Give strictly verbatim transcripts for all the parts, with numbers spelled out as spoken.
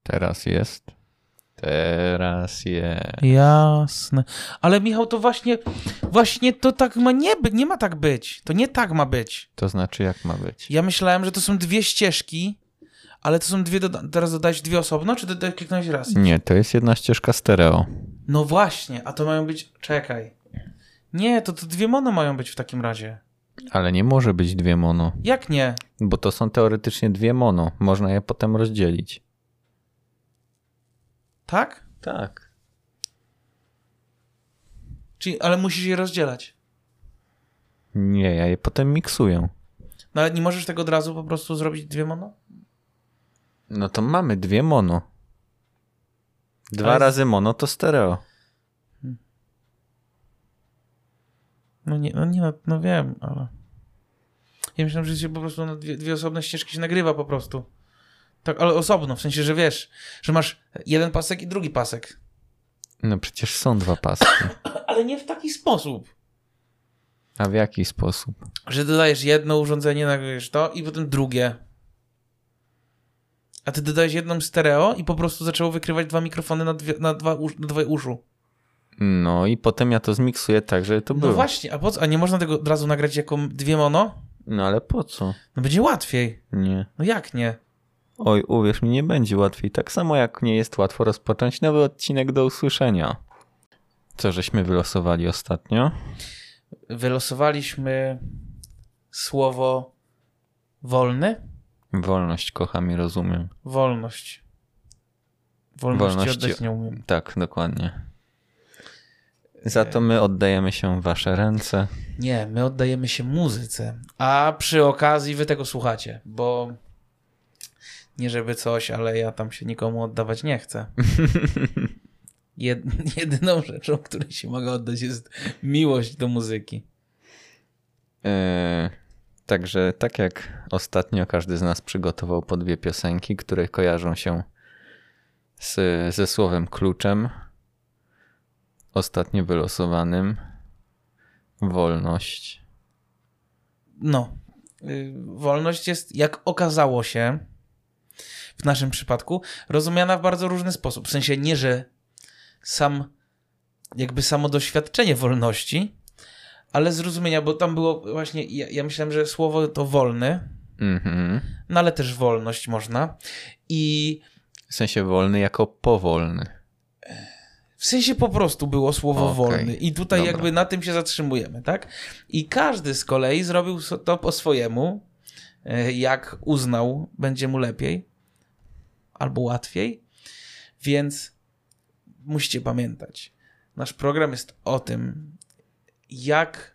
Teraz jest. Teraz jest. Jasne. Ale Michał, to właśnie, właśnie to tak ma nie być, nie ma tak być. To nie tak ma być. To znaczy jak ma być? Ja myślałem, że to są dwie ścieżki, ale to są dwie, doda- teraz dodałeś dwie osobno, czy dodałeś kliknąć raz? Nie, to jest jedna ścieżka stereo. No właśnie, a to mają być, czekaj. Nie, to to dwie mono mają być w takim razie. Ale nie może być dwie mono. Jak nie? Bo to są teoretycznie dwie mono. Można je potem rozdzielić. Tak? Tak. Czyli, ale musisz je rozdzielać. Nie, ja je potem miksuję. No ale nie możesz tego od razu po prostu zrobić dwie mono? No to mamy dwie mono. Dwa Ale... razy mono to stereo. No nie, no nie, no, no wiem, ale... Ja myślałem, że się po prostu na dwie, dwie osobne ścieżki się nagrywa po prostu. Tak, ale osobno, w sensie, że wiesz, że masz jeden pasek i drugi pasek. No przecież są dwa paski. Ale nie w taki sposób. A w jaki sposób? Że dodajesz jedno urządzenie, nagrywаешь to i potem drugie. A ty dodajesz jedną stereo i po prostu zaczęło wykrywać dwa mikrofony na, dwie, na, dwa, na dwa uszu. No i potem ja to zmiksuję tak, żeby to No było. właśnie, a po co? A nie można tego od razu nagrać jako dwie mono? No ale po co? No będzie łatwiej. Nie. No jak nie? Oj, uwierz mi, nie będzie łatwiej. Tak samo jak nie jest łatwo rozpocząć nowy odcinek do usłyszenia. Co żeśmy wylosowali ostatnio? Wylosowaliśmy słowo wolny? Wolność kocham i rozumiem. Wolność. Wolności, Wolności oddać nie umiem. Tak, dokładnie. Za to my oddajemy się w wasze ręce. Nie, my oddajemy się muzyce. A przy okazji wy tego słuchacie, bo nie żeby coś, ale ja tam się nikomu oddawać nie chcę. Jed, jedyną rzeczą, której się mogę oddać, jest miłość do muzyki. Yy, także tak jak ostatnio każdy z nas przygotował po dwie piosenki, które kojarzą się z, ze słowem kluczem. Ostatnio wylosowanym. Wolność. No. Yy, wolność jest, jak okazało się, w naszym przypadku, rozumiana w bardzo różny sposób. W sensie nie, że sam, jakby samo doświadczenie wolności, ale zrozumienia, bo tam było właśnie, ja, ja myślałem, że słowo to wolny, Mm-hmm. no ale też wolność można. I w sensie wolny jako powolny. W sensie po prostu było słowo okay. wolny. I tutaj Dobra. jakby na tym się zatrzymujemy, tak? I każdy z kolei zrobił to po swojemu, jak uznał, będzie mu lepiej albo łatwiej. Więc musicie pamiętać, nasz program jest o tym, jak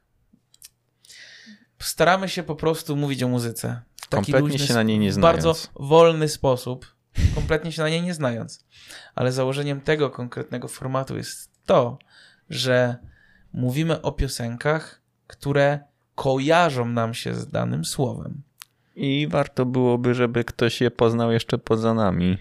staramy się po prostu mówić o muzyce. W taki kompletnie luźny, się na niej nie znając. bardzo wolny sposób. Kompletnie się na niej nie znając. Ale założeniem tego konkretnego formatu jest to, że mówimy o piosenkach, które kojarzą nam się z danym słowem. I warto byłoby, żeby ktoś je poznał jeszcze poza nami.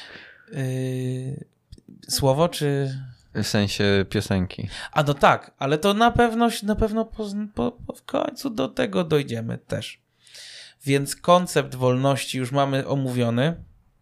Yy... Słowo czy... W sensie piosenki. A no tak, ale to na pewno, na pewno po, po, po w końcu do tego dojdziemy też. Więc koncept wolności już mamy omówiony.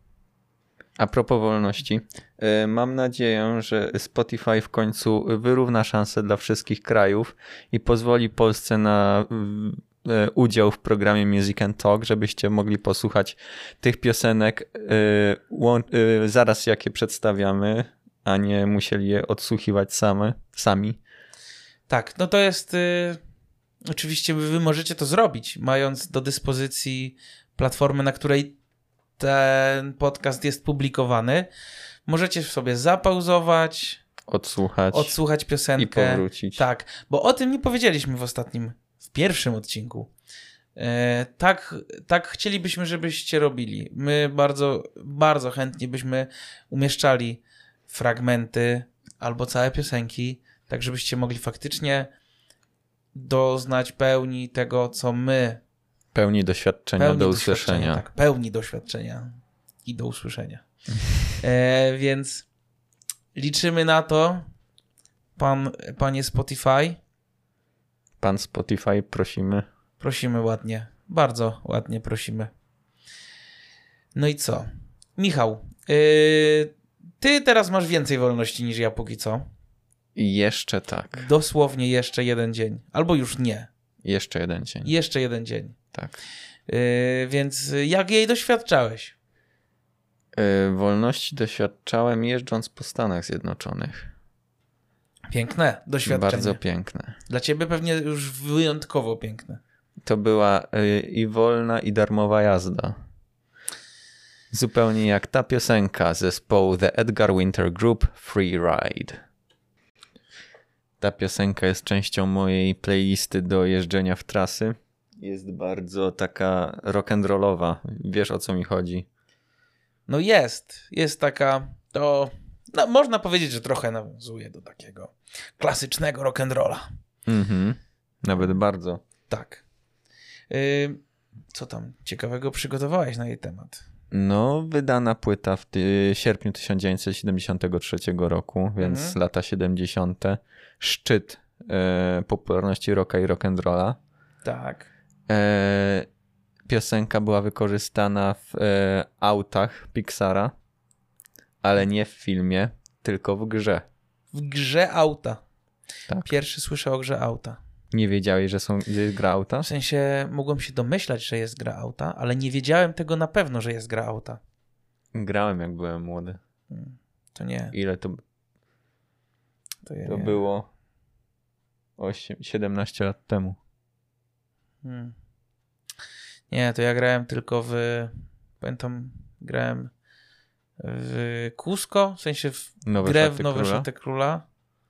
A propos wolności, yy, mam nadzieję, że Spotify w końcu wyrówna szanse dla wszystkich krajów i pozwoli Polsce na yy, udział w programie Music and Talk, żebyście mogli posłuchać tych piosenek yy, łą- yy, zaraz jakie przedstawiamy, a nie musieli je odsłuchiwać same, sami. Tak, no to jest... Yy... Oczywiście wy możecie to zrobić, mając do dyspozycji platformę, na której ten podcast jest publikowany. Możecie sobie zapauzować, Odsłuchać, odsłuchać piosenkę. I powrócić. Tak, bo o tym nie powiedzieliśmy w ostatnim, w pierwszym odcinku. E, tak, tak chcielibyśmy, żebyście robili. My bardzo, bardzo chętnie byśmy umieszczali fragmenty albo całe piosenki, tak żebyście mogli faktycznie doznać pełni tego, co my. Pełni doświadczenia pełni do doświadczenia, usłyszenia. Tak, pełni doświadczenia i do usłyszenia. E, więc liczymy na to, pan, panie Spotify. Pan Spotify, prosimy. Prosimy ładnie, bardzo ładnie prosimy. No i co? Michał, Yy, ty teraz masz więcej wolności niż ja póki co. I jeszcze tak. Dosłownie jeszcze jeden dzień. Albo już nie. Jeszcze jeden dzień. Jeszcze jeden dzień. Tak. Yy, więc jak jej doświadczałeś? Yy, wolności doświadczałem jeżdżąc po Stanach Zjednoczonych. Piękne doświadczenie. Bardzo piękne. Dla ciebie pewnie już wyjątkowo piękne. To była yy, i wolna, i darmowa jazda. Zupełnie jak ta piosenka zespołu The Edgar Winter Group Free Ride. Ta piosenka jest częścią mojej playlisty do jeżdżenia w trasy. Jest bardzo taka rock'n'rollowa. Wiesz, o co mi chodzi? No jest. Jest taka... To... No, można powiedzieć, że trochę nawiązuje do takiego klasycznego rock'n'rolla. Mhm. Nawet bardzo. Tak. Yy, co tam ciekawego przygotowałeś na jej temat? No, wydana płyta w ty- sierpniu tysiąc dziewięćset siedemdziesiątego trzeciego roku, więc Mhm. lata siedemdziesiąte. Szczyt e, popularności rocka i rock'n'rolla. Tak. E, piosenka była wykorzystana w e, autach Pixara, ale nie w filmie, tylko w grze. W grze auta. Tak. Pierwszy słyszę o grze auta. Nie wiedziałeś, że są, że jest gra auta? W sensie mogłem się domyślać, że jest gra auta, ale nie wiedziałem tego na pewno, że jest gra auta. Grałem, jak byłem młody. Hmm. To nie. Ile to, To, ja to nie. było? osiem, siedemnaście lat temu. Hmm. Nie, to ja grałem tylko w... Pamiętam, grałem w Cusco, w sensie w Nowe grę Szaty w Nowe Króla? Szaty Króla.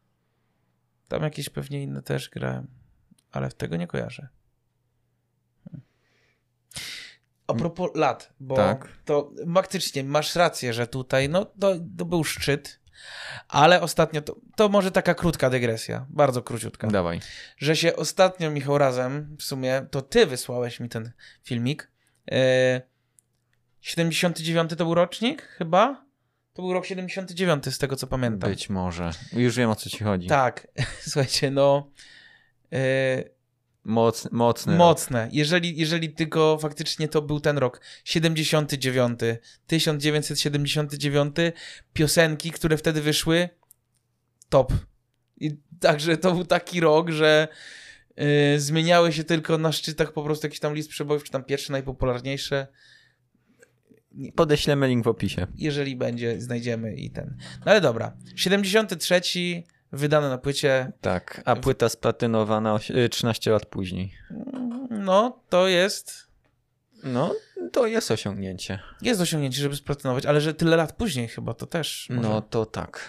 Tam jakieś pewnie inne też grałem, ale w tego nie kojarzę. Hmm. A propos lat, bo Tak. to faktycznie masz rację, że tutaj no to, to był szczyt, ale ostatnio, to, to może taka krótka dygresja, bardzo króciutka, Dawaj. że się ostatnio, Michał, razem, w sumie to ty wysłałeś mi ten filmik. E, siedemdziesiąty dziewiąty to był rocznik chyba? To był rok siedemdziesiąty dziewiąty z tego co pamiętam. Być może. Już wiem, o co ci chodzi. Tak, słuchajcie, no e, Moc, mocny. mocne. Jeżeli, jeżeli tylko faktycznie to był ten rok. siedemdziesiąty dziewiąty. tysiąc dziewięćset siedemdziesiąty dziewiąty. Piosenki, które wtedy wyszły. Top. I także to był taki rok, że yy, zmieniały się tylko na szczytach po prostu jakiś tam list przebojów, czy tam pierwsze, najpopularniejsze. Podeślemy link w opisie. Jeżeli będzie, znajdziemy i ten. No ale dobra. siedemdziesiąty trzeci wydane na płycie. Tak, a płyta splatynowana oś- y, trzynaście lat później. No, to jest... No, to jest osiągnięcie. Jest osiągnięcie, żeby splatynować, ale że tyle lat później chyba to też. Może. No to tak.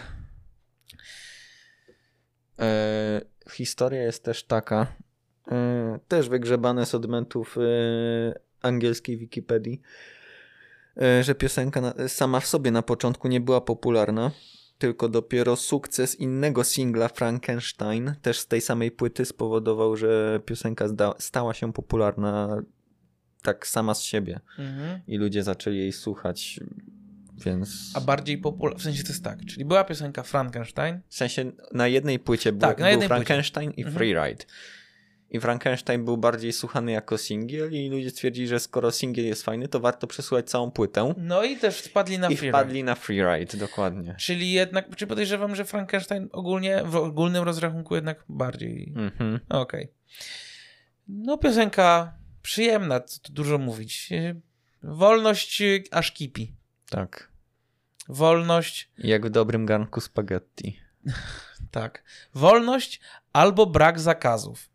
E, historia jest też taka, e, też wygrzebane z odmętów e, angielskiej Wikipedii, e, że piosenka na, sama w sobie na początku nie była popularna, tylko dopiero sukces innego singla Frankenstein, też z tej samej płyty, spowodował, że piosenka zda, stała się popularna tak sama z siebie Mhm. i ludzie zaczęli jej słuchać, więc... A bardziej popularna, w sensie to jest tak, czyli była piosenka Frankenstein. W sensie na jednej płycie był, Tak, na był jednej Frankenstein płycie. i Mhm. Freeride. I Frankenstein był bardziej słuchany jako singiel i ludzie stwierdzili, że skoro singiel jest fajny, to warto przesłuchać całą płytę. No i też wpadli na I Freeride. wpadli na Freeride, dokładnie. Czyli jednak, czy podejrzewam, że Frankenstein ogólnie, w ogólnym rozrachunku jednak bardziej... Mhm. Okej. No piosenka przyjemna, co tu dużo mówić. Wolność aż kipi. Tak. Wolność, Jak w dobrym garnku spaghetti. tak. Wolność albo brak zakazów.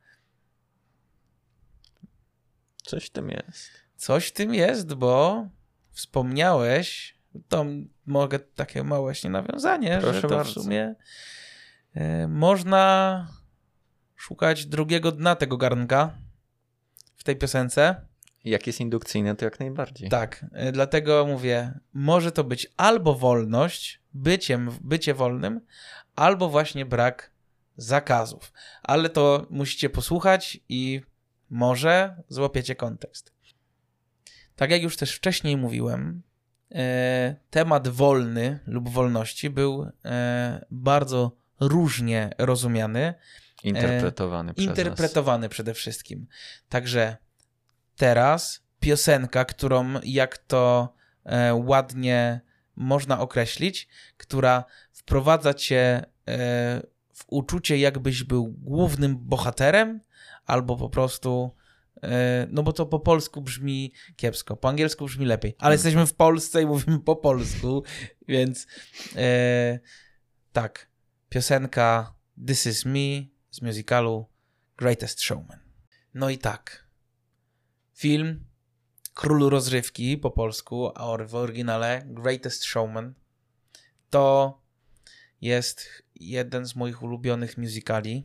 Coś w tym jest. Coś w tym jest, bo wspomniałeś, to mogę takie małe właśnie nawiązanie, Proszę że to bardzo. w sumie e, można szukać drugiego dna tego garnka w tej piosence. Jak jest indukcyjne, to jak najbardziej. Tak, e, dlatego mówię, może to być albo wolność, byciem, bycie wolnym, albo właśnie brak zakazów. Ale to musicie posłuchać i może złapiecie kontekst. Tak jak już też wcześniej mówiłem, e, temat wolny lub wolności był e, bardzo różnie rozumiany, Interpretowany przez interpretowany przede wszystkim. Także teraz piosenka, którą jak to e, ładnie można określić, która wprowadza cię e, w uczucie, jakbyś był głównym bohaterem, albo po prostu, e, no bo to po polsku brzmi kiepsko, po angielsku brzmi lepiej, ale jesteśmy w Polsce i mówimy po polsku, więc e, tak, piosenka This Is Me z musicalu Greatest Showman. No i tak, film Król Rozrywki po polsku, a w oryginale Greatest Showman, to jest jeden z moich ulubionych musicali,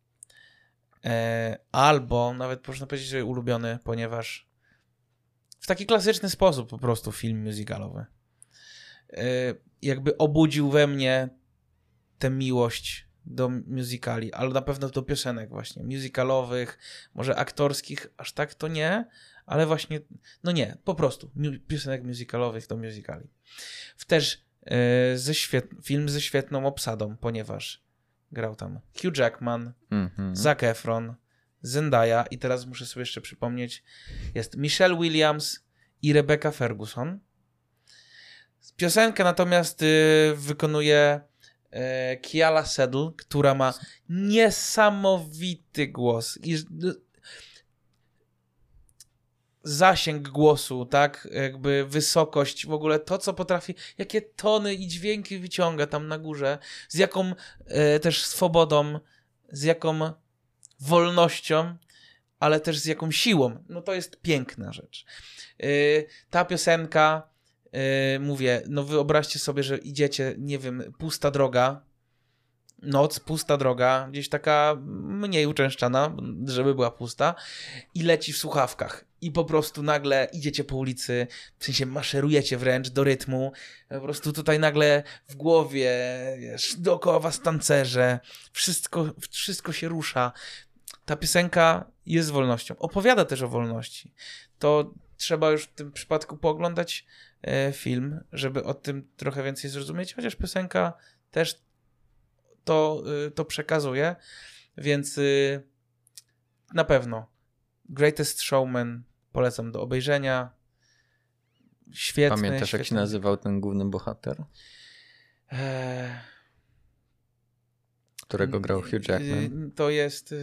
e, albo nawet można powiedzieć, że ulubiony, ponieważ w taki klasyczny sposób po prostu film musicalowy. E, jakby obudził we mnie tę miłość do musicali, ale na pewno do piosenek właśnie, musicalowych, może aktorskich, aż tak to nie, ale właśnie, no nie, po prostu mu- piosenek musicalowych do musicali. W też e, ze świet- film ze świetną obsadą, ponieważ grał tam Hugh Jackman, Mhm. Zac Efron, Zendaya i teraz muszę sobie jeszcze przypomnieć, jest Michelle Williams i Rebecca Ferguson. Piosenkę natomiast y, wykonuje y, Keala Settle, która ma niesamowity głos i y, zasięg głosu, tak, jakby wysokość, w ogóle to, co potrafi, jakie tony i dźwięki wyciąga tam na górze, z jaką e, też swobodą, z jaką wolnością, ale też z jaką siłą. No to jest piękna rzecz. E, ta piosenka, e, mówię, no wyobraźcie sobie, że idziecie, nie wiem, pusta droga, noc, pusta droga, gdzieś taka mniej uczęszczana, żeby była pusta i leci w słuchawkach i po prostu nagle idziecie po ulicy, w sensie maszerujecie wręcz do rytmu, po prostu tutaj nagle w głowie, wiesz, dookoła was tancerze, wszystko, wszystko się rusza. Ta piosenka jest wolnością. Opowiada też o wolności. To trzeba już w tym przypadku pooglądać e, film, żeby o tym trochę więcej zrozumieć, chociaż piosenka też to, to przekazuje, więc na pewno Greatest Showman polecam do obejrzenia. Świetny. Pamiętasz, świetny. jak się nazywał ten główny bohater? Eee... Którego grał Hugh Jackman? To jest...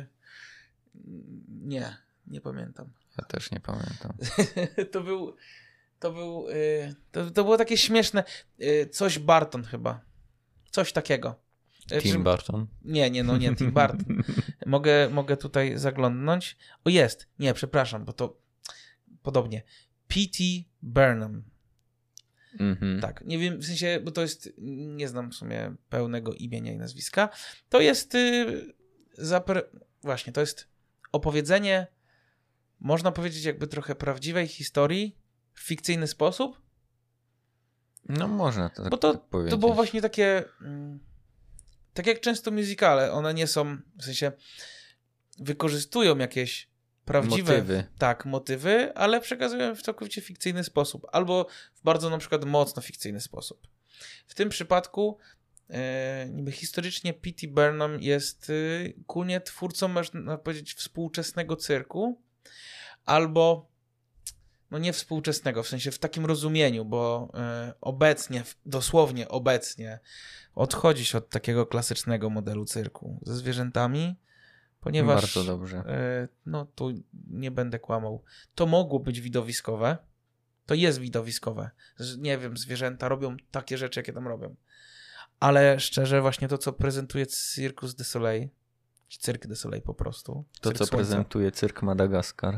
Nie, nie pamiętam. Ja też nie pamiętam. to był... To był... To, to było takie śmieszne... Coś Barton chyba. Coś takiego. Tim Burton? Nie, nie, no nie, Tim Burton. mogę, mogę tutaj zaglądnąć. O, jest. Nie, przepraszam, bo to podobnie. P T Burnham. Mm-hmm. Tak, nie wiem, w sensie, bo to jest, nie znam w sumie pełnego imienia i nazwiska. To jest y, zaper... właśnie, to jest opowiedzenie, można powiedzieć, jakby trochę prawdziwej historii w fikcyjny sposób. No można to tak bo to, powiedzieć. To było właśnie takie... Mm, tak jak często musicale, one nie są, w sensie wykorzystują jakieś prawdziwe motywy. Tak, motywy, ale przekazują w całkowicie fikcyjny sposób, albo w bardzo na przykład mocno fikcyjny sposób. W tym przypadku e, niby historycznie P T Burnham jest e, ku nie twórcą, można powiedzieć, współczesnego cyrku, albo no nie współczesnego, w sensie w takim rozumieniu, bo e, obecnie, dosłownie obecnie odchodzi się od takiego klasycznego modelu cyrku ze zwierzętami, ponieważ bardzo dobrze. E, no tu nie będę kłamał. To mogło być widowiskowe. To jest widowiskowe. Nie wiem, zwierzęta robią takie rzeczy, jakie tam robią. Ale szczerze, właśnie to, co prezentuje Circus du Soleil, czy Cirque du Soleil po prostu. To, Cyrk co Słońca, prezentuje Cyrk Madagaskar.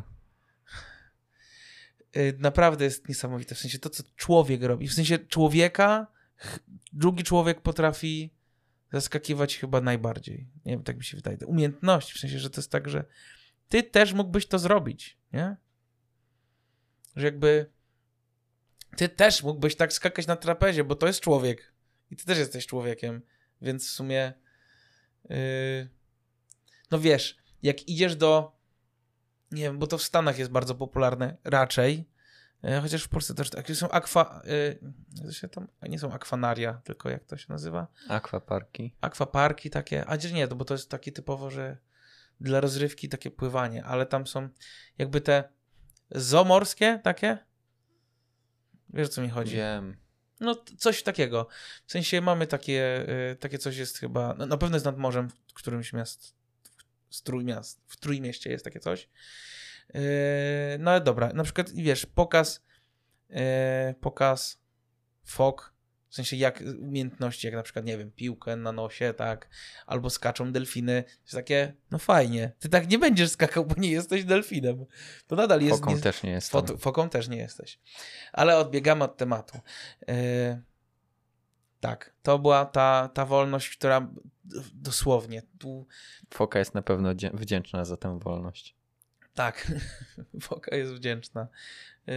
e, naprawdę jest niesamowite. W sensie to, co człowiek robi. W sensie człowieka drugi człowiek potrafi zaskakiwać chyba najbardziej. Nie wiem, tak mi się wydaje. Te umiejętności, w sensie, że to jest tak, że ty też mógłbyś to zrobić, nie? Że jakby ty też mógłbyś tak skakać na trapezie, bo to jest człowiek. I ty też jesteś człowiekiem. Więc w sumie yy... no wiesz, jak idziesz do nie wiem, bo to w Stanach jest bardzo popularne raczej, yy, chociaż w Polsce też tak. Są akwa... Yy... to się tam... nie są akwanaria, tylko jak to się nazywa? Akwaparki. Akwaparki takie, a nie, to bo to jest takie typowo, że dla rozrywki takie pływanie, ale tam są jakby te zoomorskie takie. Wiesz, o co mi chodzi? Wiem. No t- coś takiego. W sensie mamy takie, y, takie coś jest chyba, no, na pewno jest nad morzem w którymś miast, w, Trójmiast, w Trójmieście jest takie coś. Yy, no ale dobra, na przykład wiesz, pokaz yy, pokaz fok, w sensie jak umiejętności, jak na przykład, nie wiem, piłkę na nosie, tak, albo skaczą delfiny, to jest takie, no fajnie, ty tak nie będziesz skakał, bo nie jesteś delfinem. To nadal jest... Foką nie, też nie jestem. Fo- foką też nie jesteś. Ale odbiegamy od tematu. Yy, tak, to była ta, ta wolność, która dosłownie tu... Foka jest na pewno dzie- wdzięczna za tę wolność. Tak, foka jest wdzięczna. Yy,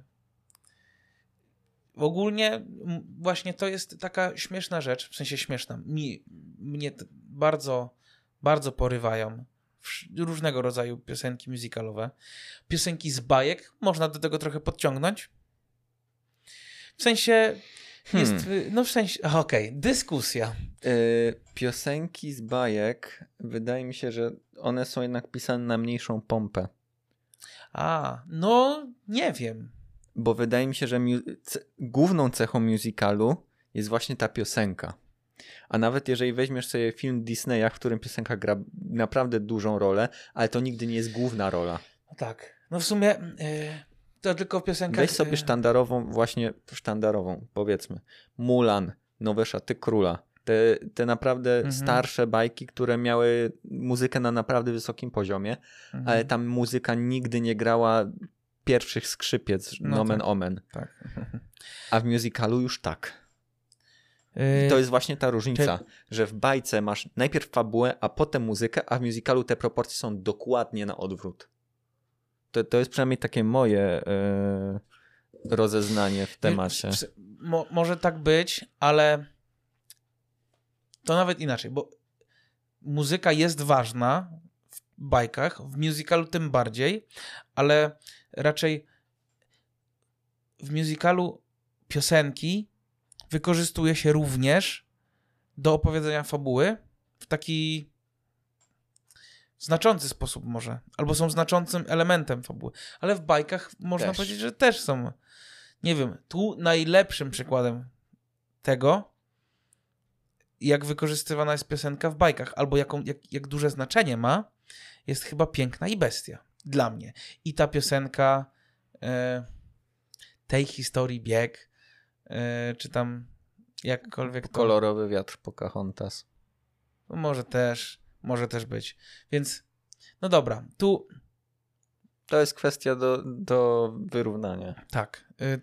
ogólnie m, właśnie to jest taka śmieszna rzecz, w sensie śmieszna. Mi, mnie t- bardzo, bardzo porywają wsz- różnego rodzaju piosenki musicalowe. Piosenki z bajek, można do tego trochę podciągnąć. W sensie jest, Hmm. no w sensie, aha, okej, dyskusja. Yy, piosenki z bajek, wydaje mi się, że one są jednak pisane na mniejszą pompę. A, no nie wiem. Bo wydaje mi się, że mu- ce- główną cechą musicalu jest właśnie ta piosenka. A nawet jeżeli weźmiesz sobie film Disneya, w którym piosenka gra naprawdę dużą rolę, ale to nigdy nie jest główna rola. No tak, no w sumie yy, to tylko w piosenkach... Weź sobie sztandarową, właśnie sztandarową, powiedzmy. Mulan, Nowe szaty króla. Te, te naprawdę Mhm. starsze bajki, które miały muzykę na naprawdę wysokim poziomie, Mhm. ale tam muzyka nigdy nie grała pierwszych skrzypiec, No nomen tak. omen. Tak. A w musicalu już tak. Yy, I to jest właśnie ta różnica, czy- że w bajce masz najpierw fabułę, a potem muzykę, a w musicalu te proporcje są dokładnie na odwrót. To, to jest przynajmniej takie moje e, rozeznanie w temacie. w- w- Mo, może tak być, ale to nawet inaczej, bo muzyka jest ważna w bajkach, w musicalu tym bardziej, ale raczej w musicalu piosenki wykorzystuje się również do opowiedzenia fabuły w taki znaczący sposób może, albo są znaczącym elementem fabuły, ale w bajkach można Też. powiedzieć, że też są. Nie wiem, tu najlepszym przykładem tego, jak wykorzystywana jest piosenka w bajkach, albo jaką, jak, jak duże znaczenie ma, jest chyba Piękna i Bestia. Dla mnie. I ta piosenka e, tej historii bieg, e, czy tam jakkolwiek to... Kolorowy wiatr Pocahontas. No może też, może też być. Więc, no dobra, tu To jest kwestia do, do wyrównania. tak. Y,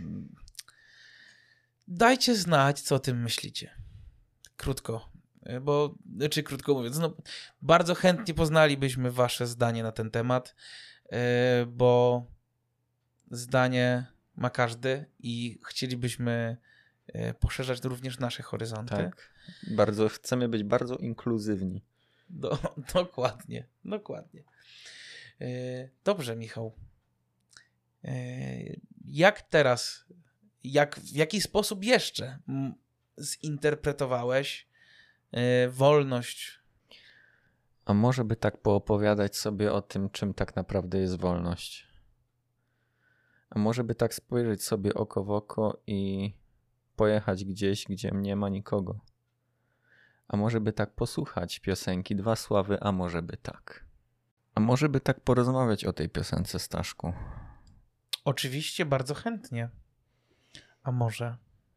dajcie znać, co o tym myślicie. Krótko. Y, bo, czy krótko mówiąc, no, bardzo chętnie poznalibyśmy wasze zdanie na ten temat, y, bo zdanie ma każdy i chcielibyśmy y, poszerzać również nasze horyzonty. Tak. Bardzo, chcemy być bardzo inkluzywni. Do, dokładnie, dokładnie. E, Dobrze, Michał. E, Jak teraz, jak, w jaki sposób jeszcze m, zinterpretowałeś e, wolność? A może by tak poopowiadać sobie o tym, czym tak naprawdę jest wolność? A może by tak spojrzeć sobie oko w oko i pojechać gdzieś, gdzie nie ma nikogo? A może by tak posłuchać piosenki Dwa Sławy, a może by tak? A może by tak porozmawiać o tej piosence, Staszku? Oczywiście, bardzo chętnie. A może?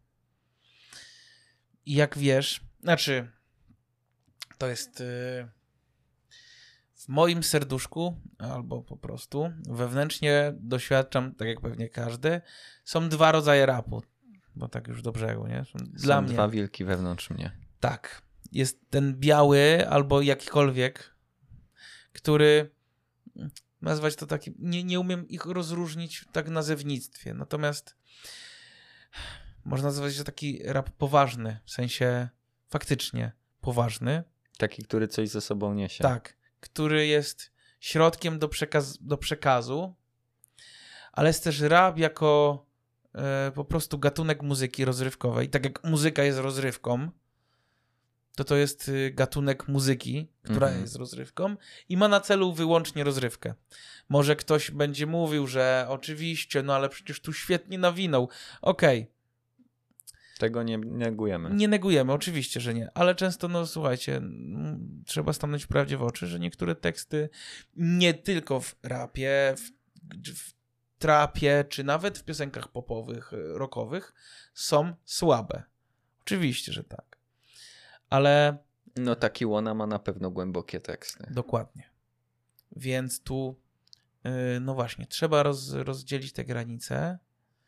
I jak wiesz, znaczy, to jest y, w moim serduszku, albo po prostu wewnętrznie doświadczam, tak jak pewnie każdy, są dwa rodzaje rapu, bo tak już do brzegu, nie? Są Dla Są mnie. dwa wilki wewnątrz mnie. Tak. Jest ten biały albo jakikolwiek, który nazwać to taki, nie, nie umiem ich rozróżnić w tak nazewnictwie. Natomiast można nazwać to taki rap poważny, w sensie faktycznie poważny. Taki, który coś ze sobą niesie. Tak. Który jest środkiem do, przekaz- do przekazu, ale jest też rap jako e, po prostu gatunek muzyki rozrywkowej. Tak jak muzyka jest rozrywką, to to jest y, gatunek muzyki, która Mhm. jest rozrywką i ma na celu wyłącznie rozrywkę. Może ktoś będzie mówił, że oczywiście, no ale przecież tu świetnie nawinął. Okej, Tego nie negujemy. Nie negujemy, oczywiście, że nie, ale często, no słuchajcie, m, trzeba stanąć prawdzie w oczy, że niektóre teksty nie tylko w rapie, w, w trapie, czy nawet w piosenkach popowych, rockowych są słabe. Oczywiście, że tak. Ale... No taki Łona ma na pewno głębokie teksty. Dokładnie. Więc tu, yy, no właśnie, trzeba roz, rozdzielić te granice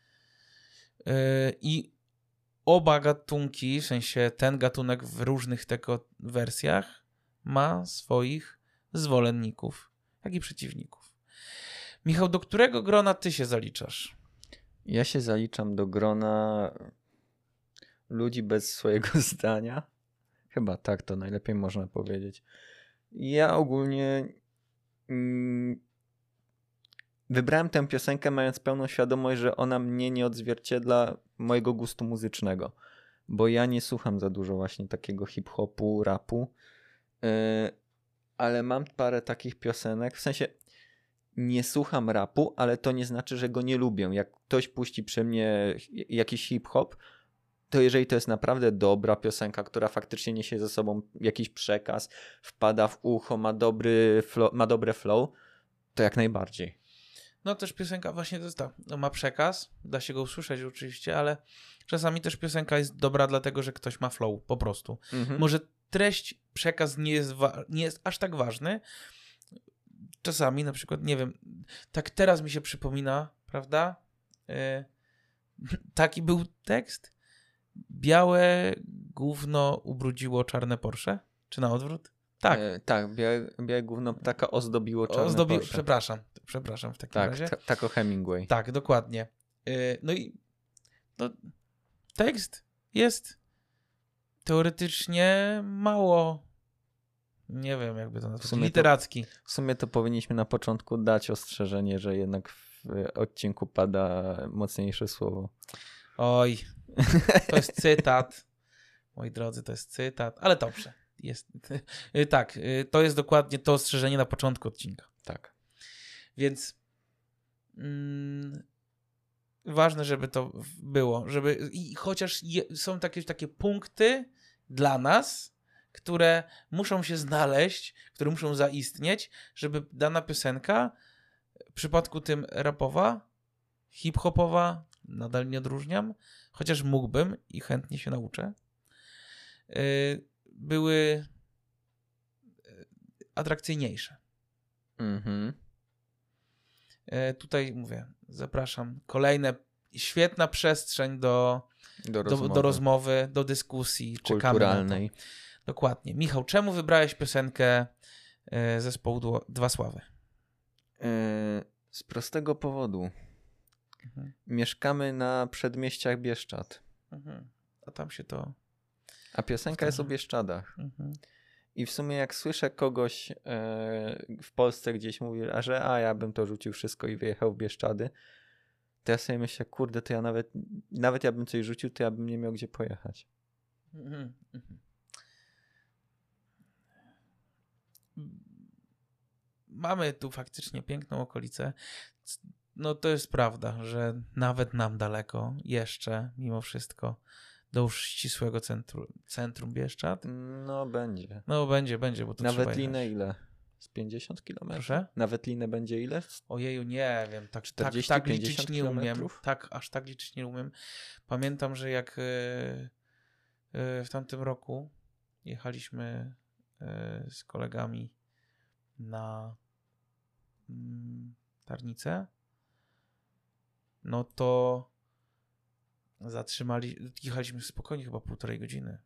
yy, i oba gatunki, w sensie ten gatunek w różnych tego wersjach ma swoich zwolenników, jak i przeciwników. Michał, do którego grona ty się zaliczasz? Ja się zaliczam do grona ludzi bez swojego zdania. Chyba tak to najlepiej można powiedzieć. Ja ogólnie mm, wybrałem tę piosenkę mając pełną świadomość, że ona mnie nie odzwierciedla mojego gustu muzycznego. Bo ja nie słucham za dużo właśnie takiego hip-hopu, rapu. Yy, ale mam parę takich piosenek, w sensie nie słucham rapu, ale to nie znaczy, że go nie lubię. Jak ktoś puści przy mnie jakiś hip-hop, to jeżeli to jest naprawdę dobra piosenka, która faktycznie niesie ze sobą jakiś przekaz, wpada w ucho, ma dobry flow, ma dobre flow, to jak najbardziej. No też piosenka właśnie to jest ta, no ma przekaz, da się go usłyszeć oczywiście, ale czasami też piosenka jest dobra dlatego, że ktoś ma flow, po prostu. Mhm. Może treść, przekaz nie jest, wa- nie jest aż tak ważny. Czasami na przykład, nie wiem, tak teraz mi się przypomina, prawda? Yy, taki był tekst. Białe gówno ubrudziło czarne Porsche? Czy na odwrót? Tak. E, tak, białe, białe gówno ptaka ozdobiło czarne Ozdobi... Porsche. Przepraszam, przepraszam w takim Tak, razie. ta, tak o Hemingway. Tak, dokładnie. Yy, no i no, tekst jest teoretycznie mało, nie wiem jakby to nazwać, literacki. To, w sumie to powinniśmy na początku dać ostrzeżenie, że jednak w odcinku pada mocniejsze słowo. Oj, to jest cytat. Moi drodzy, to jest cytat, ale dobrze. Jest. Tak, to jest dokładnie to ostrzeżenie na początku odcinka. Tak. Więc mm, ważne, żeby to było, żeby i chociaż je, są takie, takie punkty dla nas, które muszą się znaleźć, które muszą zaistnieć, żeby dana piosenka, w przypadku tym rapowa, hip-hopowa, nadal nie odróżniam, chociaż mógłbym i chętnie się nauczę, yy, były atrakcyjniejsze. Mhm. Yy, tutaj mówię, zapraszam. Kolejne, świetna przestrzeń do, Do do, rozmowy, do, rozmowy, do dyskusji. Czekamy kulturalnej. na to. Dokładnie. Michał, czemu wybrałeś piosenkę yy, zespołu Dwo- Dwa Sławy? Yy, z prostego powodu. Mhm. Mieszkamy na przedmieściach Bieszczad. Mhm. A tam się to... A piosenka jest o Bieszczadach. Mhm. I w sumie jak słyszę kogoś e, w Polsce gdzieś mówi, a że a ja bym to rzucił wszystko i wyjechał w Bieszczady, to ja sobie myślę, kurde, to ja nawet, nawet ja bym coś rzucił, to ja bym nie miał gdzie pojechać. Mhm. Mhm. Mamy tu faktycznie piękną okolicę. No to jest prawda, że nawet nam daleko jeszcze, mimo wszystko, do już ścisłego centrum, centrum Bieszczad. No będzie. No będzie, będzie, bo to Na trzeba Wetlinę jechać. ile? Z pięćdziesiąt kilometrów? Proszę? Na Wetlinę będzie ile? Ojeju, nie wiem, tak, tak, czterdzieści tak pięćdziesiąt liczyć nie umiem. kilometrów? Tak, aż tak liczyć nie umiem. Pamiętam, że jak yy, yy, w tamtym roku jechaliśmy yy, z kolegami na yy, Tarnicę, no to zatrzymali, jechaliśmy spokojnie chyba półtorej godziny.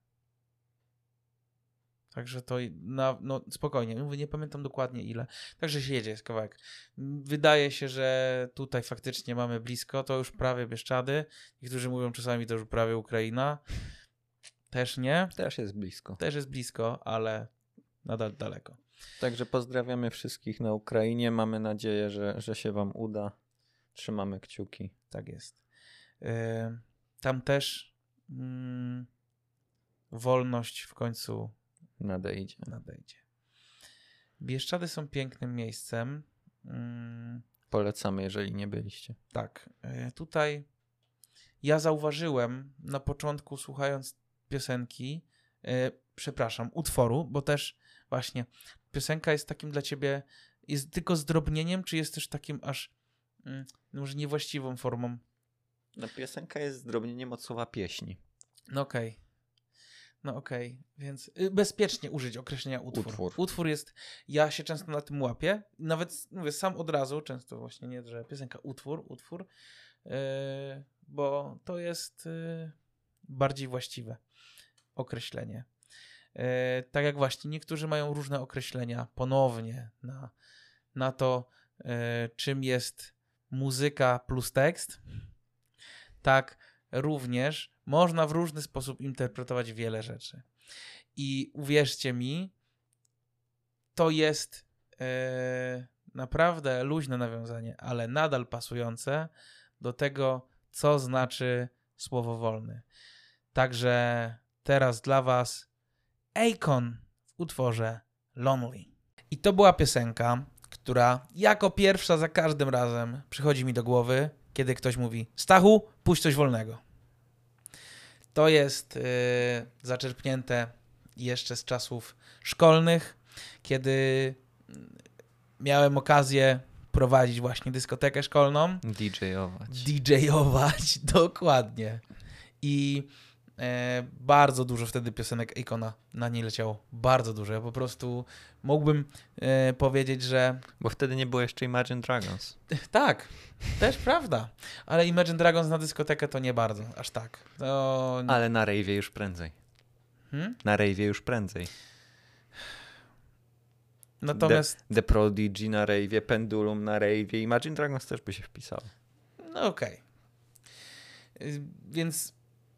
Także to na, no spokojnie, mówię, nie pamiętam dokładnie ile. Także się jedzie, jest kawałek. Wydaje się, że tutaj faktycznie mamy blisko, to już prawie Bieszczady. Niektórzy mówią czasami to już prawie Ukraina. Też nie. Też jest blisko. Też jest blisko, ale nadal daleko. Także pozdrawiamy wszystkich na Ukrainie. Mamy nadzieję, że, że się wam uda. Trzymamy kciuki. Tak jest. Yy, tam też mm, wolność w końcu Nadejdzie. nadejdzie. Bieszczady są pięknym miejscem. Mm, Polecamy, jeżeli nie byliście. tak, yy, tutaj ja zauważyłem na początku, słuchając piosenki, e, przepraszam, utworu, bo też właśnie piosenka jest takim dla ciebie, jest tylko zdrobnieniem, czy jest też takim aż mm, może niewłaściwą formą? No, piosenka jest zdrobnieniem od słowa pieśni. No okej. Okay. No okej, okay. Więc y, bezpiecznie użyć określenia utwór. utwór. Utwór jest, ja się często na tym łapię, nawet mówię sam od razu, często właśnie nie, że piosenka utwór, utwór, yy, bo to jest yy, bardziej właściwe określenie. Yy, tak jak właśnie niektórzy mają różne określenia ponownie na, na to, yy, czym jest muzyka plus tekst, tak również można w różny sposób interpretować wiele rzeczy. I uwierzcie mi, to jest e, naprawdę luźne nawiązanie, ale nadal pasujące do tego, co znaczy słowo wolny. Także teraz dla was Akon w utworze Lonely. I to była piosenka, która jako pierwsza za każdym razem przychodzi mi do głowy, kiedy ktoś mówi: Stachu, puść coś wolnego. To jest yy, zaczerpnięte jeszcze z czasów szkolnych, kiedy miałem okazję prowadzić właśnie dyskotekę szkolną. didżejować. didżejować, dokładnie. I e, bardzo dużo wtedy piosenek Akona na niej leciało. Bardzo dużo. Ja po prostu mógłbym e, powiedzieć, że... Bo wtedy nie było jeszcze Imagine Dragons. Tak, też prawda. Ale Imagine Dragons na dyskotekę to nie bardzo, aż tak. To... Ale na rave'ie już prędzej. Hmm? Na rave'ie już prędzej. Natomiast... The, The Prodigy na rave'ie, Pendulum na rave'ie, Imagine Dragons też by się wpisało. No okej. Okay. Więc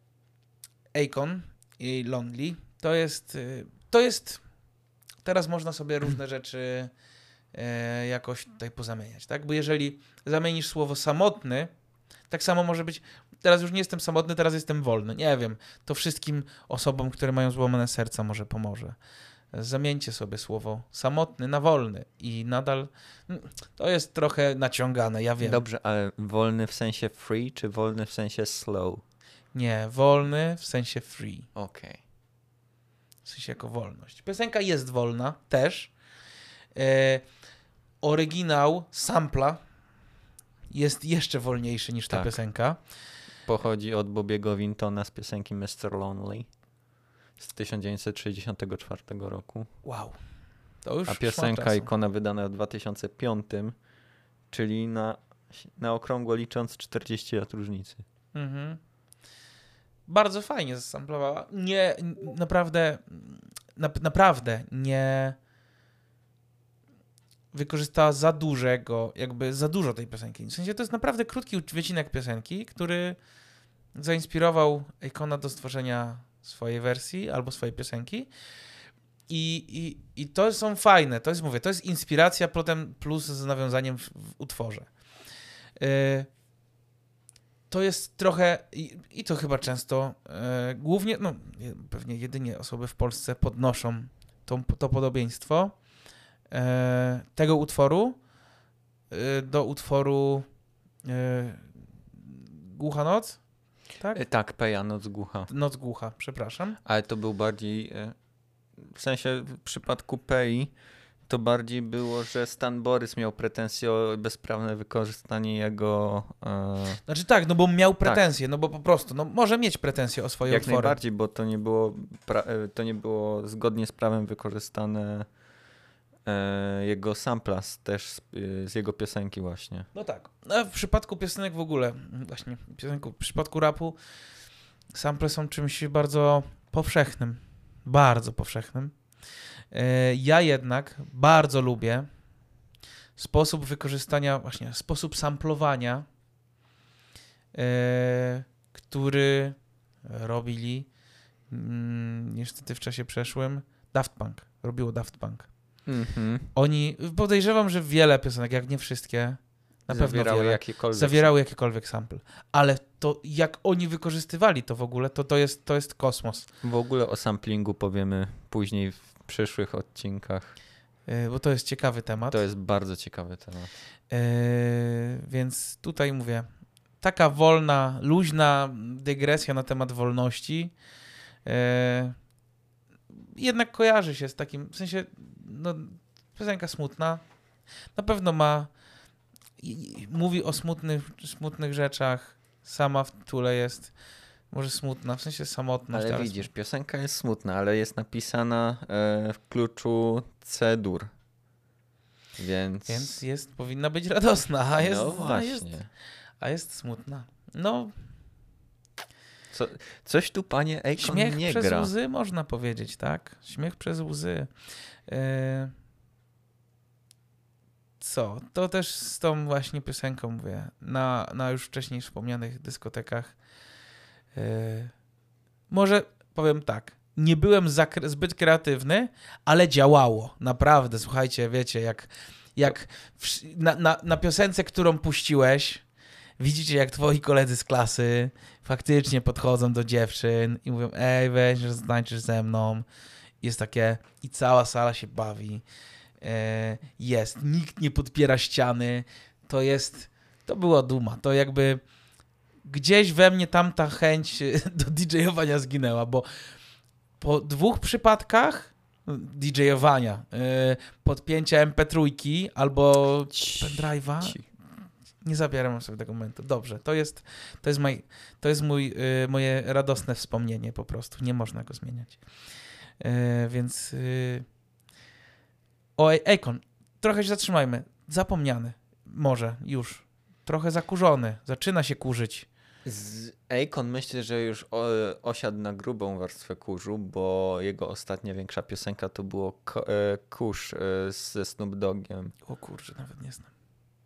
Akon i Lonely to jest... To jest... Teraz można sobie różne rzeczy e, jakoś tutaj pozamieniać, tak? Bo jeżeli zamienisz słowo samotny, tak samo może być, teraz już nie jestem samotny, teraz jestem wolny. Nie wiem, to wszystkim osobom, które mają złamane serca, może pomoże. Zamieńcie sobie słowo samotny na wolny i nadal to jest trochę naciągane, ja wiem. Dobrze, ale wolny w sensie free, czy wolny w sensie slow? Nie, wolny w sensie free. Okej. Okay. W sensie jako wolność. Piosenka jest wolna też. E, oryginał sampla jest jeszcze wolniejszy niż ta tak. piosenka. Pochodzi od Bobiego Wintona z piosenki mister Lonely z tysiąc dziewięćset sześćdziesiątego czwartego roku. Wow. To już a piosenka Akona wydana w dwa tysiące piątym, czyli na, na okrągło licząc czterdzieści lat różnicy. Mhm. Bardzo fajnie zasamplowała. Nie, naprawdę, na, naprawdę nie wykorzystała za dużego, jakby za dużo tej piosenki. W sensie to jest naprawdę krótki wycinek piosenki, który zainspirował Akona do stworzenia swojej wersji albo swojej piosenki. I, i, i to są fajne, to jest, mówię, to jest inspiracja potem plus z nawiązaniem w, w utworze. Yy, to jest trochę, i, i to chyba często, yy, głównie, no pewnie jedynie osoby w Polsce podnoszą to, to podobieństwo yy, tego utworu yy, do utworu yy, Głucha Noc? Tak, E, tak, Peja, Noc Głucha. Noc Głucha, przepraszam. Ale to był bardziej, w sensie w przypadku Pei to bardziej było, że Stan Borys miał pretensje o bezprawne wykorzystanie jego... E... Znaczy tak, no bo miał pretensje, tak. No bo po prostu, no może mieć pretensje o swoje Jak utwory. najbardziej, bo to nie było, pra- to nie było zgodnie z prawem wykorzystane e, jego samplas też z, z jego piosenki właśnie. No tak, a w przypadku piosenek w ogóle, właśnie piosenku, w przypadku rapu sample są czymś bardzo powszechnym, bardzo powszechnym. Ja jednak bardzo lubię sposób wykorzystania, właśnie sposób samplowania, który robili niestety w czasie przeszłym Daft Punk. Robiło Daft Punk. Mm-hmm. Oni, podejrzewam, że wiele piosenek, jak nie wszystkie, na zawierały pewno wiele, jakiekolwiek zawierały jakiekolwiek sample. Ale to, jak oni wykorzystywali to w ogóle, to, to, jest, to jest kosmos. W ogóle o samplingu powiemy później w przyszłych odcinkach. Yy, bo to jest ciekawy temat. To jest bardzo ciekawy temat. Yy, więc tutaj mówię, taka wolna, luźna dygresja na temat wolności e, jednak kojarzy się z takim, w sensie, no, piosenka smutna, na pewno ma, i, mówi o smutnych, smutnych rzeczach, sama w tytule jest może smutna, w sensie samotność. Ale widzisz, piosenka jest smutna, ale jest napisana e, w kluczu C-dur. Więc... Więc jest, powinna być radosna, a jest, no właśnie. A jest, a jest smutna. No. Co, coś tu, panie Akon, Śmiech nie przez gra. łzy, można powiedzieć, tak? Śmiech przez łzy. Yy... Co? To też z tą właśnie piosenką mówię. Na, na już wcześniej wspomnianych dyskotekach. Yy... Może powiem tak. Nie byłem zakre- zbyt kreatywny, ale działało. Naprawdę, słuchajcie, wiecie, jak, jak w, na, na, na piosence, którą puściłeś, widzicie, jak twoi koledzy z klasy faktycznie podchodzą do dziewczyn i mówią, ej, weź, że tańczysz ze mną. Jest takie, i cała sala się bawi. E, jest, nikt nie podpiera ściany. To jest, to była duma. To jakby gdzieś we mnie tamta chęć do didżejowania zginęła, bo po dwóch przypadkach didżejowania, e, podpięcia em pe trzy albo pendrive'a, nie zabieram sobie tego momentu. Dobrze, to jest, to jest, moj, to jest mój, y, moje radosne wspomnienie po prostu. Nie można go zmieniać. Y, więc y... o, Akon, trochę się zatrzymajmy. Zapomniany. Może już. Trochę zakurzony. Zaczyna się kurzyć. Z Akon myślę, że już o, osiadł na grubą warstwę kurzu, bo jego ostatnia większa piosenka to było K- e, Kurz e, ze Snoop Doggiem. O kurczę, nawet nie znam.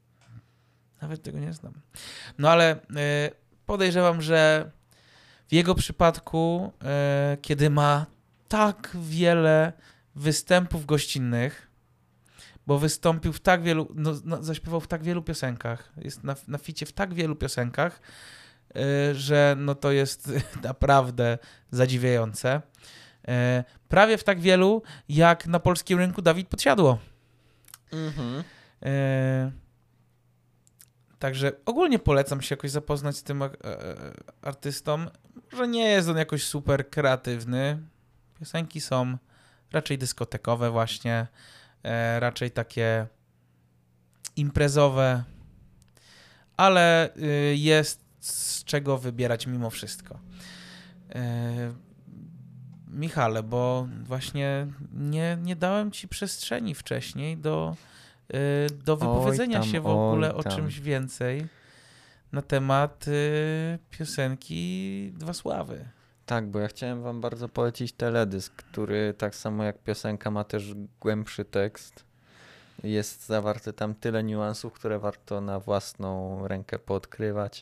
Nawet tego nie znam. No ale y, podejrzewam, że w jego przypadku, y, kiedy ma tak wiele występów gościnnych, bo wystąpił w tak wielu, no, no, zaśpiewał w tak wielu piosenkach, jest na, na ficie w tak wielu piosenkach, y, że no to jest naprawdę zadziwiające. Y, prawie w tak wielu, jak na polskim rynku Dawid Podsiadło. Mhm. Y, Także ogólnie polecam się jakoś zapoznać z tym artystą. Może nie jest on jakoś super kreatywny. Piosenki są raczej dyskotekowe właśnie, e, raczej takie imprezowe, ale y, jest z czego wybierać mimo wszystko. E, Michale, bo właśnie nie, nie dałem ci przestrzeni wcześniej do... do wypowiedzenia oj tam, się w ogóle oj o tam. czymś więcej na temat y, piosenki Dwa Sławy. Tak, bo ja chciałem wam bardzo polecić teledysk, który tak samo jak piosenka ma też głębszy tekst. Jest zawarte tam tyle niuansów, które warto na własną rękę poodkrywać.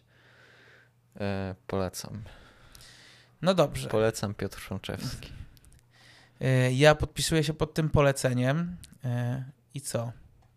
E, polecam. No dobrze. Polecam Piotr Szączewski. Y, ja podpisuję się pod tym poleceniem. Y, I co?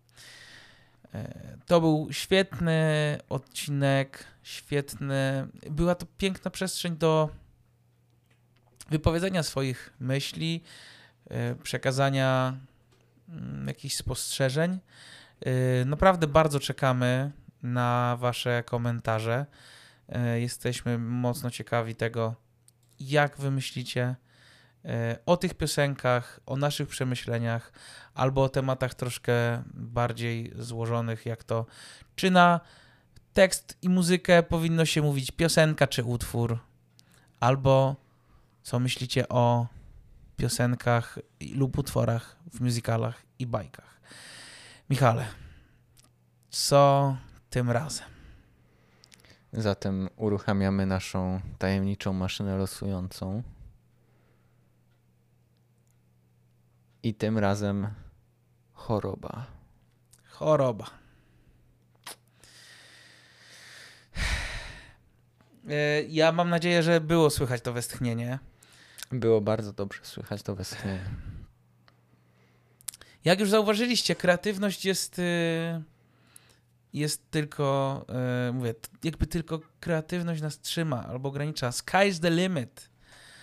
To był świetny odcinek, świetny. Była to piękna przestrzeń do wypowiedzenia swoich myśli, przekazania jakichś spostrzeżeń. Naprawdę bardzo czekamy na wasze komentarze. Jesteśmy mocno ciekawi tego, jak wy myślicie o tych piosenkach, o naszych przemyśleniach, albo o tematach troszkę bardziej złożonych, jak to, czy na tekst i muzykę powinno się mówić piosenka czy utwór, albo co myślicie o piosenkach lub utworach w musicalach i bajkach. Michale, co tym razem? Zatem uruchamiamy naszą tajemniczą maszynę losującą. I tym razem choroba. Choroba. Ja mam nadzieję, że było słychać to westchnienie. Było bardzo dobrze słychać to westchnienie. Jak już zauważyliście, kreatywność jest, jest tylko, mówię, jakby tylko kreatywność nas trzyma albo ogranicza. Sky's the limit.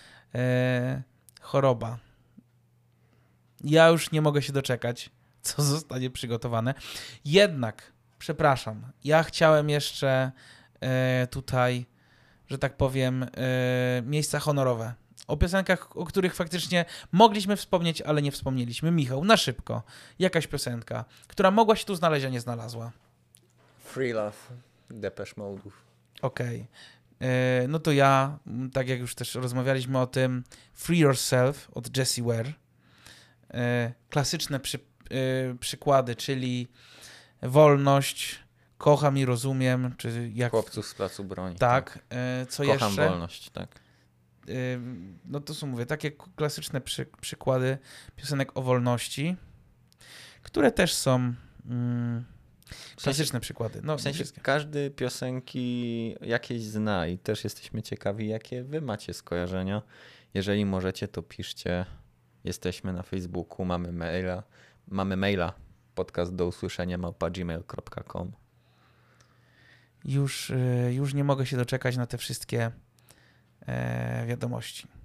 Choroba. Ja już nie mogę się doczekać, co zostanie przygotowane. Jednak, przepraszam, ja chciałem jeszcze e, tutaj, że tak powiem, e, miejsca honorowe. O piosenkach, o których faktycznie mogliśmy wspomnieć, ale nie wspomnieliśmy. Michał, na szybko. Jakaś piosenka, która mogła się tu znaleźć, a nie znalazła. Free Love, Depeche Mode'ów. Okej. Okay. No to ja, tak jak już też rozmawialiśmy o tym, Free Yourself od Jessie Ware. E, klasyczne przy, e, przykłady, czyli Wolność, Kocham i rozumiem, czy jak... Chłopców z Placu Broni. Tak. E, co Kocham jeszcze? wolność, tak. E, no to są, mówię, takie klasyczne przy, przykłady piosenek o wolności, które też są mm, klasyczne w sensie, przykłady. No, w sensie każdy piosenki jakieś zna i też jesteśmy ciekawi, jakie wy macie skojarzenia. Jeżeli możecie, to piszcie. Jesteśmy na Facebooku, mamy maila, mamy maila podcast do usłyszenia małpa gmail kropka com. Już, już nie mogę się doczekać na te wszystkie e, wiadomości.